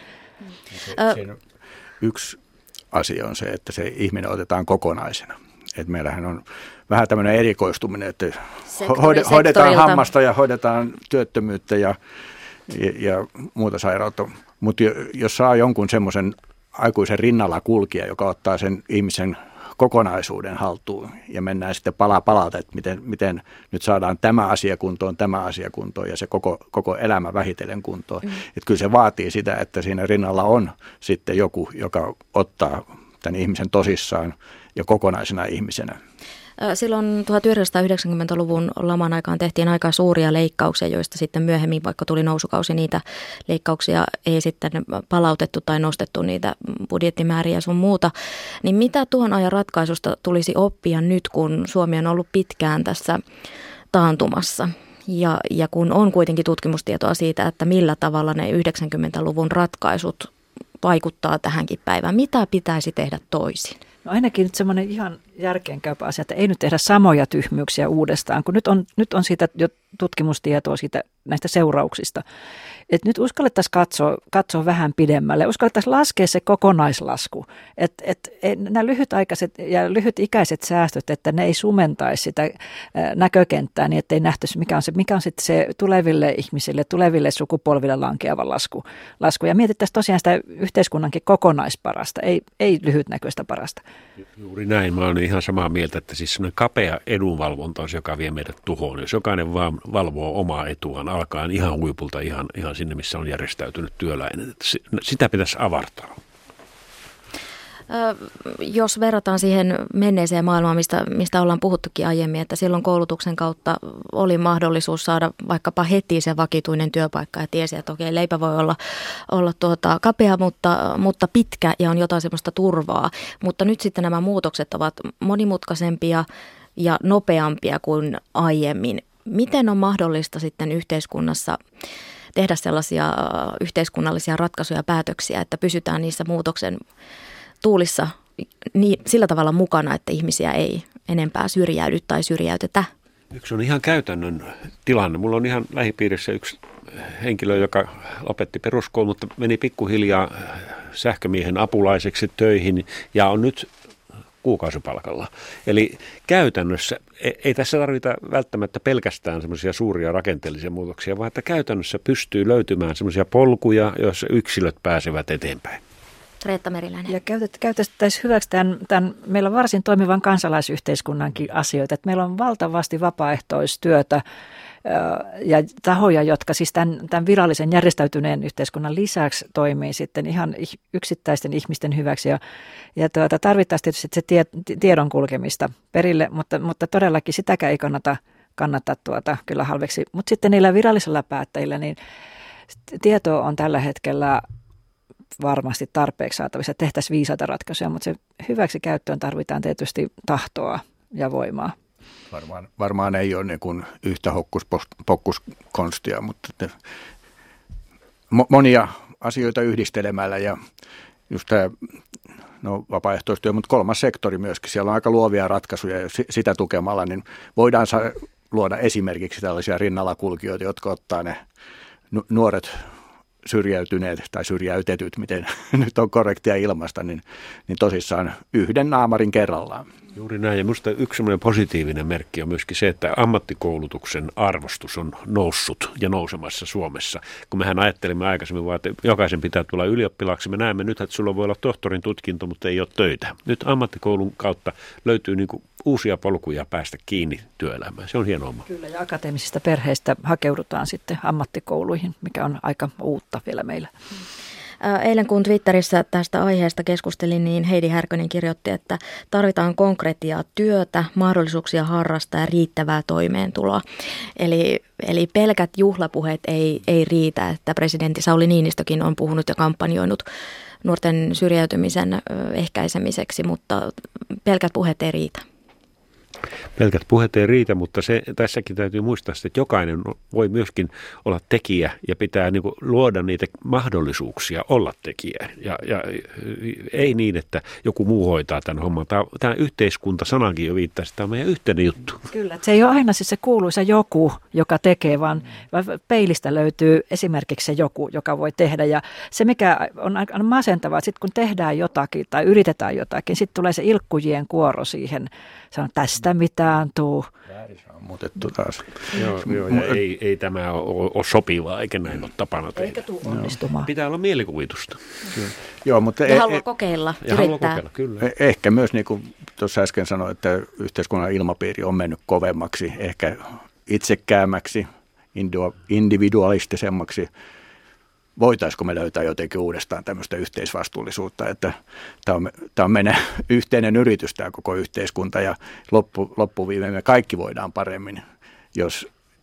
Yksi asia on se, että se ihminen otetaan kokonaisena. Et meillähän on vähän tämmöinen erikoistuminen, että hoidetaan hammasta ja hoidetaan työttömyyttä ja muuta sairautta. Mutta jos saa jonkun semmoisen aikuisen rinnalla kulkija, joka ottaa sen ihmisen kokonaisuuden haltuun ja mennään sitten pala palalta, että miten nyt saadaan tämä asia kuntoon ja se koko elämä vähitellen kuntoon. Että kyllä se vaatii sitä, että siinä rinnalla on sitten joku, joka ottaa tämän ihmisen tosissaan ja kokonaisena ihmisenä. Silloin 1990-luvun laman aikaan tehtiin aika suuria leikkauksia, joista sitten myöhemmin, vaikka tuli nousukausi, niitä leikkauksia ei sitten palautettu tai nostettu niitä budjettimääriä sun muuta. Niin mitä tuon ajan ratkaisusta tulisi oppia nyt, kun Suomi on ollut pitkään tässä taantumassa? Ja kun on kuitenkin tutkimustietoa siitä, että millä tavalla ne 90-luvun ratkaisut vaikuttaa tähänkin päivään. Mitä pitäisi tehdä toisin? No ainakin nyt semmoinen ihan järkeenkäypä asia, että ei nyt tehdä samoja tyhmyyksiä uudestaan, kun nyt on siitä jo tutkimustietoa näistä seurauksista. Että nyt uskallettaisiin katsoa vähän pidemmälle, uskallettaisiin laskea se kokonaislasku, että nämä lyhytaikaiset ja lyhytikäiset säästöt, että ne ei sumentaisi sitä näkökenttää niin, että ei nähtäisi, mikä on sitten se tuleville ihmisille, tuleville sukupolville lankeava lasku. Ja mietittäisiin tosiaan sitä yhteiskunnankin kokonaisparasta, ei lyhytnäköistä parasta. Juuri näin. Mä olen ihan samaa mieltä, että siis semmoinen kapea edunvalvonta on se, joka vie meidät tuhoon. Jos jokainen vaan valvoo omaa etuaan, alkaen ihan huipulta, ihan sinne, missä on järjestäytynyt työläinen. Sitä pitäisi avartaa. Jos verrataan siihen menneeseen maailmaan, mistä ollaan puhuttukin aiemmin, että silloin koulutuksen kautta oli mahdollisuus saada vaikkapa heti se vakituinen työpaikka ja tiesi, että okei, leipä voi olla kapea, mutta pitkä ja on jotain semmoista turvaa. Mutta nyt sitten nämä muutokset ovat monimutkaisempia ja nopeampia kuin aiemmin. Miten on mahdollista sitten yhteiskunnassa tehdä sellaisia yhteiskunnallisia ratkaisuja ja päätöksiä, että pysytään niissä muutoksen tuulissa sillä tavalla mukana, että ihmisiä ei enempää syrjäydy tai syrjäytetä? Yksi on ihan käytännön tilanne. Mulla on ihan lähipiirissä yksi henkilö, joka lopetti peruskoulun, mutta meni pikkuhiljaa sähkömiehen apulaiseksi töihin ja on nyt kuukausipalkalla. Eli käytännössä ei tässä tarvita välttämättä pelkästään semmoisia suuria rakenteellisia muutoksia, vaan että käytännössä pystyy löytymään semmoisia polkuja, joissa yksilöt pääsevät eteenpäin. Reetta Meriläinen. Ja käytettäisiin hyväksi tämän meillä on varsin toimivan kansalaisyhteiskunnankin asioita. Että meillä on valtavasti vapaaehtoistyötä ja tahoja, jotka siis tämän virallisen järjestäytyneen yhteiskunnan lisäksi toimii sitten ihan yksittäisten ihmisten hyväksi. Ja tarvittaisiin tietysti se tiedon kulkemista perille, mutta todellakin sitäkään ei kannata kyllä halveksi. Mutta sitten niillä virallisilla päättäjillä, niin tietoa on tällä hetkellä varmasti tarpeeksi saatavissa, että tehtäisiin viisaita ratkaisuja, mutta se hyväksi käyttöön tarvitaan tietysti tahtoa ja voimaa. Varmaan ei ole niin kuin yhtä hokkuspokkuskonstia, mutta monia asioita yhdistelemällä ja just tämä vapaaehtoistyö, mutta kolmas sektori myöskin. Siellä on aika luovia ratkaisuja ja sitä tukemalla niin voidaan luoda esimerkiksi tällaisia rinnalla kulkijoita, jotka ottaa ne nuoret syrjäytyneet tai syrjäytetyt, miten nyt on korrektia ilmaista, niin tosissaan yhden naamarin kerrallaan. Juuri näin, ja minusta yksi semmoinen positiivinen merkki on myöskin se, että ammattikoulutuksen arvostus on noussut ja nousemassa Suomessa. Kun mehän ajattelimme aikaisemmin vaan, että jokaisen pitää tulla ylioppilaaksi, me näemme nyt, että sulla voi olla tohtorin tutkinto, mutta ei ole töitä. Nyt ammattikoulun kautta löytyy niin kuin uusia polkuja päästä kiinni työelämään. Se on hieno homma. Kyllä, ja akateemisista perheistä hakeudutaan sitten ammattikouluihin, mikä on aika uutta vielä meillä. Eilen kun Twitterissä tästä aiheesta keskustelin, niin Heidi Härkönen kirjoitti, että tarvitaan konkretiaa, työtä, mahdollisuuksia harrastaa ja riittävää toimeentuloa. Eli pelkät juhlapuheet ei riitä, että presidentti Sauli Niinistökin on puhunut ja kampanjoinut nuorten syrjäytymisen ehkäisemiseksi, mutta pelkät puheet ei riitä. Pelkät puheet ei riitä, mutta tässäkin täytyy muistaa, että jokainen voi myöskin olla tekijä ja pitää niin kuin luoda niitä mahdollisuuksia olla tekijä. Ja ei niin, että joku muu hoitaa tämän homman. Tämä yhteiskunta-sanakin jo viittaa, että tämä on meidän yhteinen juttu. Kyllä, että se ei ole aina siis se kuuluisa joku, joka tekee, vaan peilistä löytyy esimerkiksi se joku, joka voi tehdä. Ja se, mikä on aika masentavaa, että sitten kun tehdään jotakin tai yritetään jotakin, sitten tulee se ilkkujien kuoro siihen, sanon, tästä mitään tuu. On muutettu taas. Joo, ja ei tämä ole sopivaa, eikä näin ole tapana tehdä. Eikä tule onnistumaan. Pitää olla mielikuvitusta. Joo, mutta haluaa kokeilla, yrittää. Kyllä. Ehkä myös, niin kuin tuossa äsken sanoin, että yhteiskunnan ilmapiiri on mennyt kovemmaksi, ehkä itsekäämmäksi, individualistisemmaksi. Voitaisiko me löytää jotenkin uudestaan tämmöistä yhteisvastuullisuutta, että tämä on meidän yhteinen yritys, tämä koko yhteiskunta, ja loppuviimeen me kaikki voidaan paremmin, jos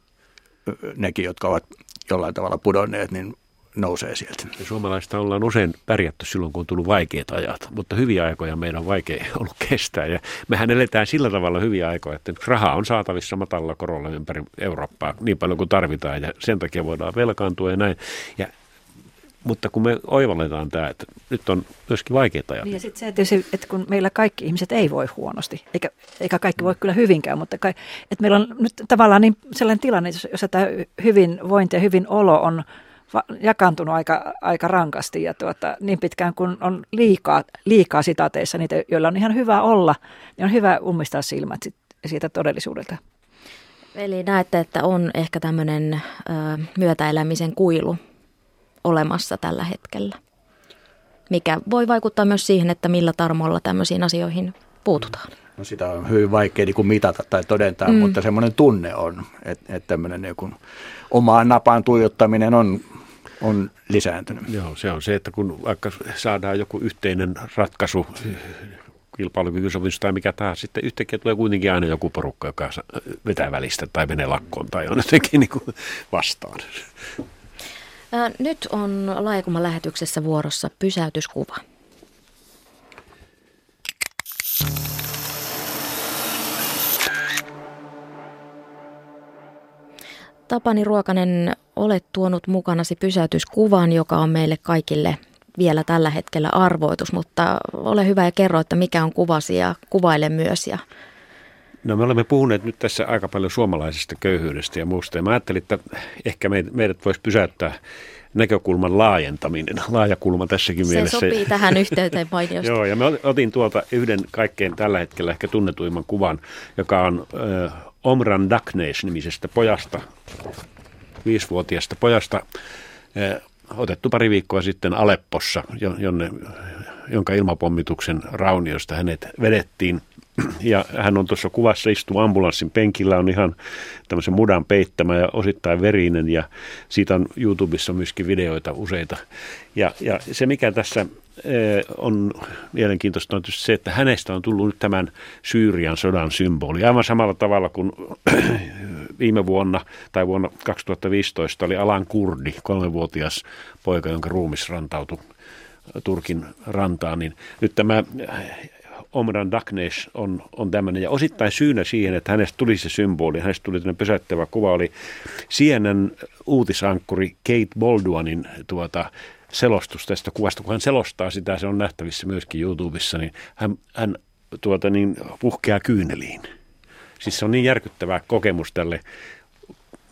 nekin, jotka ovat jollain tavalla pudonneet, niin nousee sieltä. Ja suomalaista ollaan usein pärjätty silloin, kun on tullut vaikeat ajat, mutta hyviä aikoja meidän on vaikea ollut kestää. Ja mehän eletään sillä tavalla hyviä aikoja, että rahaa on saatavissa matalalla korolla ympäri Eurooppaa niin paljon kuin tarvitaan, ja sen takia voidaan velkaantua ja näin. Mutta kun me oivalletaan tämä, että nyt on myöskin vaikeita ajat. Niin ja sitten se, että kun meillä kaikki ihmiset ei voi huonosti, eikä kaikki voi kyllä hyvinkään, mutta että meillä on nyt tavallaan niin sellainen tilanne, jossa tämä hyvinvointi ja hyvin-olo on jakaantunut aika rankasti ja niin pitkään kun on liikaa sitaateissa niitä, joilla on ihan hyvä olla, niin on hyvä ummistaa silmät siitä todellisuudelta. Eli näette, että on ehkä tämmöinen myötäelämisen kuilu olemassa tällä hetkellä, mikä voi vaikuttaa myös siihen, että millä tarmolla tämmöisiin asioihin puututaan. No sitä on hyvin vaikea niin kuin mitata tai todentaa, mutta semmoinen tunne on, että tämmöinen niin kuin omaan napaan tuijottaminen on lisääntynyt. Joo, se on se, että kun vaikka saadaan joku yhteinen ratkaisu, kilpailukykysopimus tai mikä tahansa, sitten yhtäkkiä tulee kuitenkin aina joku porukka, joka vetää välistä tai menee lakkoon tai on jotenkin niin kuin vastaan. Nyt on Laajakulman lähetyksessä vuorossa pysäytyskuva. Tapani Ruokanen, olet tuonut mukanasi pysäytyskuvan, joka on meille kaikille vielä tällä hetkellä arvoitus, mutta ole hyvä ja kerro, että mikä on kuvasi ja kuvaile myös. No me olemme puhuneet nyt tässä aika paljon suomalaisesta köyhyydestä ja muusta, ja mä ajattelin, että ehkä meidät voisi pysäyttää näkökulman laajentaminen, laajakulma tässäkin mielessä. Se sopii tähän yhteyteen mainiosti. Joo, ja me otin tuolta yhden kaikkein tällä hetkellä ehkä tunnetuimman kuvan, joka on Omran Daknesh-nimisestä pojasta, 5-vuotiaasta pojasta, otettu pari viikkoa sitten Aleppossa, jonka ilmapommituksen rauniosta hänet vedettiin. Ja hän on tuossa kuvassa, istuu ambulanssin penkillä, on ihan tämmöisen mudan peittämä ja osittain verinen, ja siitä on YouTubessa myöskin videoita useita. Ja se, mikä tässä on mielenkiintoista, on tietysti se, että hänestä on tullut nyt tämän Syyrian sodan symboli. Aivan samalla tavalla kuin viime vuonna tai vuonna 2015 oli Alan Kurdi, 3-vuotias poika, jonka ruumis rantautui Turkin rantaan, niin nyt tämä Omran Daknesh on tämmöinen, ja osittain syynä siihen, että hänestä tuli se symboli, hänestä tuli tämmöinen pysäyttävä kuva, oli CNN uutisankkuri Kate Bolduanin selostus tästä kuvasta. Kun hän selostaa sitä, se on nähtävissä myöskin YouTubessa, niin hän puhkeaa kyyneliin. Siis se on niin järkyttävä kokemus tälle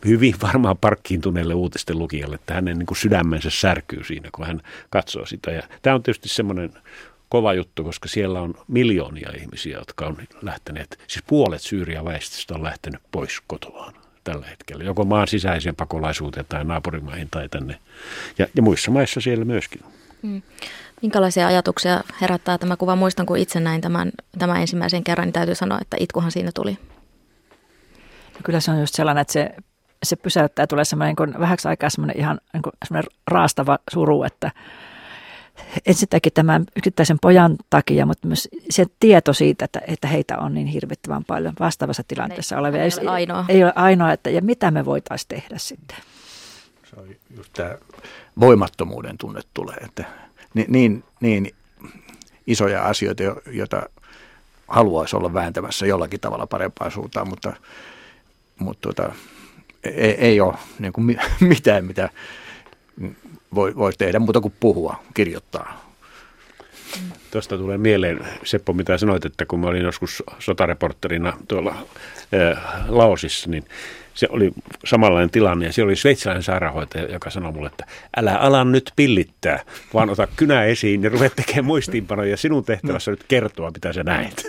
hyvin varmaan parkkiintuneelle uutisten lukijalle, että hänen niin kuin sydämensä särkyy siinä, kun hän katsoo sitä. Ja tämä on tietysti semmoinen kova juttu, koska siellä on miljoonia ihmisiä, jotka on lähteneet, siis puolet Syyrian väestöstä on lähtenyt pois kotoaan tällä hetkellä, joko maan sisäiseen pakolaisuuteen tai naapurimaihin tai tänne, ja muissa maissa siellä myöskin. Minkälaisia ajatuksia herättää tämä kuva? Muistan, kun itse näin tämän ensimmäisen kerran, niin täytyy sanoa, että itkuhan siinä tuli. No kyllä se on just sellainen, että se pysäyttää, tulee semmoinen niin vähäksi aikaa semmoinen ihan niin semmoinen raastava suru, että ensinnäkin tämän yksittäisen pojan takia, mutta myös se tieto siitä, että heitä on niin hirvittävän paljon vastaavassa tilanteessa olevia. Ei ole ainoa, että ja mitä me voitaisiin tehdä sitten. Se on just tämä voimattomuuden tunne tulee, että niin isoja asioita, joita haluaisi olla vääntämässä jollakin tavalla parempaan suuntaan, mutta ei ole niin kuin mitään, mitä voi tehdä muuta kuin puhua, kirjoittaa. Tuosta tulee mieleen, Seppo, mitä sanoit, että kun mä olin joskus sotareportterina tuolla Laosissa, niin se oli samanlainen tilanne, ja siellä oli sveitsiläinen sairaanhoitaja, joka sanoi mulle, että älä ala nyt pillittää, vaan ota kynä esiin ja ruveta tekemään muistiinpanoja, ja sinun tehtävässä nyt kertoa, mitä sä näet.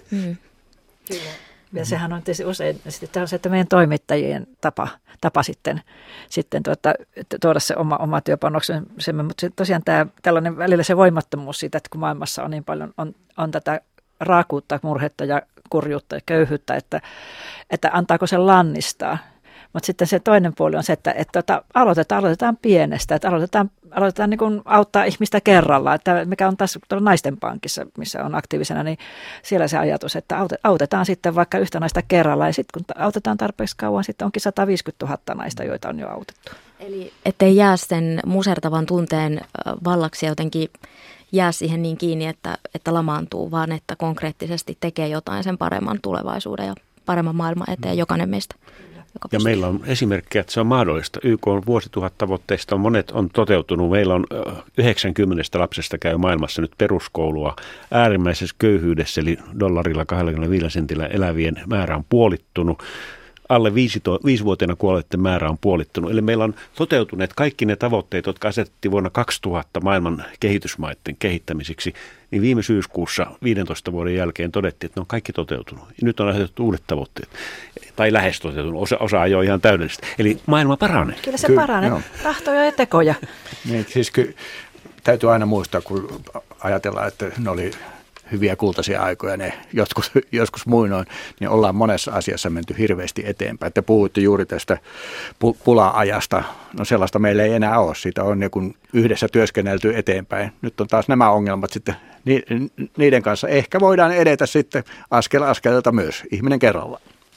Ja sehän on tietysti usein sitten se, että meidän toimittajien tapa sitten tuoda se oma työpanoksemme, mutta tosiaan tällainen välillä se voimattomuus siitä, että kun maailmassa on niin paljon on tätä raakuutta, murhetta ja kurjuutta ja köyhyyttä, että antaako se lannistaa. Mutta sitten se toinen puoli on se, että aloitetaan pienestä, että aloitetaan niin kuin auttaa ihmistä kerralla, että mikä on taas tuolla naisten pankissa, missä on aktiivisena, niin siellä se ajatus, että autetaan sitten vaikka yhtä naista kerralla, ja sitten kun autetaan tarpeeksi kauan, sitten onkin 150 000 naista, joita on jo autettu. Eli ettei jää sen musertavan tunteen vallaksi jotenkin jää siihen niin kiinni, että lamaantuu, vaan että konkreettisesti tekee jotain sen paremman tulevaisuuden ja paremman maailman eteen jokainen meistä. Ja meillä on esimerkkejä, että se on mahdollista. YK on vuosituhattavoitteista monet on toteutunut. Meillä on 90 lapsesta käy maailmassa nyt peruskoulua. Äärimmäisessä köyhyydessä, eli dollarilla 25 sentillä elävien määrä on puolittunut. Alle 5-vuotiaana kuolleiden määrä on puolittunut. Eli meillä on toteutuneet kaikki ne tavoitteet, jotka asetettiin vuonna 2000 maailman kehitysmaiden kehittämiseksi. Niin viime syyskuussa 15 vuoden jälkeen todettiin, että ne on kaikki toteutunut. Ja nyt on asetettu uudet tavoitteet. Tai lähes toteutunut. Osa ei ole ihan täydellistä. Eli maailma paranee. Kyllä se paranee. Tahtoja ja tekoja. Niin, siis täytyy aina muistaa, kun ajatellaan, että ne oli hyviä kultaisia aikoja, ne joskus muinoin, niin ollaan monessa asiassa menty hirveästi eteenpäin. Te puhuitte juuri tästä pula-ajasta. No sellaista meillä ei enää ole. Siitä on niin yhdessä työskennelty eteenpäin. Nyt on taas nämä ongelmat sitten niiden kanssa. Ehkä voidaan edetä sitten askel askeleelta myös, ihminen kerrallaan.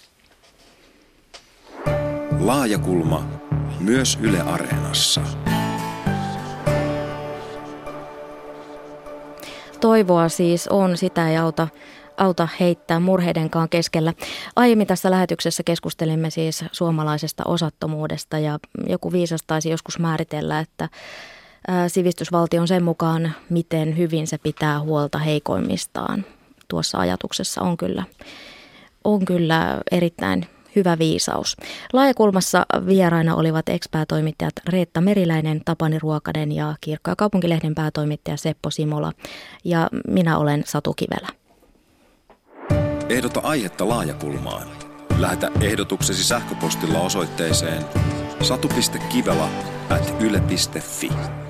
Laajakulma myös Yle Areenassa. Toivoa siis on, sitä ei auta heittää murheidenkaan keskellä. Aiemmin tässä lähetyksessä keskustelimme siis suomalaisesta osattomuudesta ja joku viisas taisi joskus määritellä, että sivistysvaltio on sen mukaan, miten hyvin se pitää huolta heikoimmistaan. Tuossa ajatuksessa on kyllä erittäin hyvä viisaus. Laajakulmassa vieraina olivat ex-päätoimittajat Reetta Meriläinen, Tapani Ruokanen ja Kirkko- ja kaupunkilehden päätoimittaja Seppo Simola. Ja minä olen Satu Kivelä. Ehdota aihetta Laajakulmaan. Lähetä ehdotuksesi sähköpostilla osoitteeseen satu.kivela@yle.fi.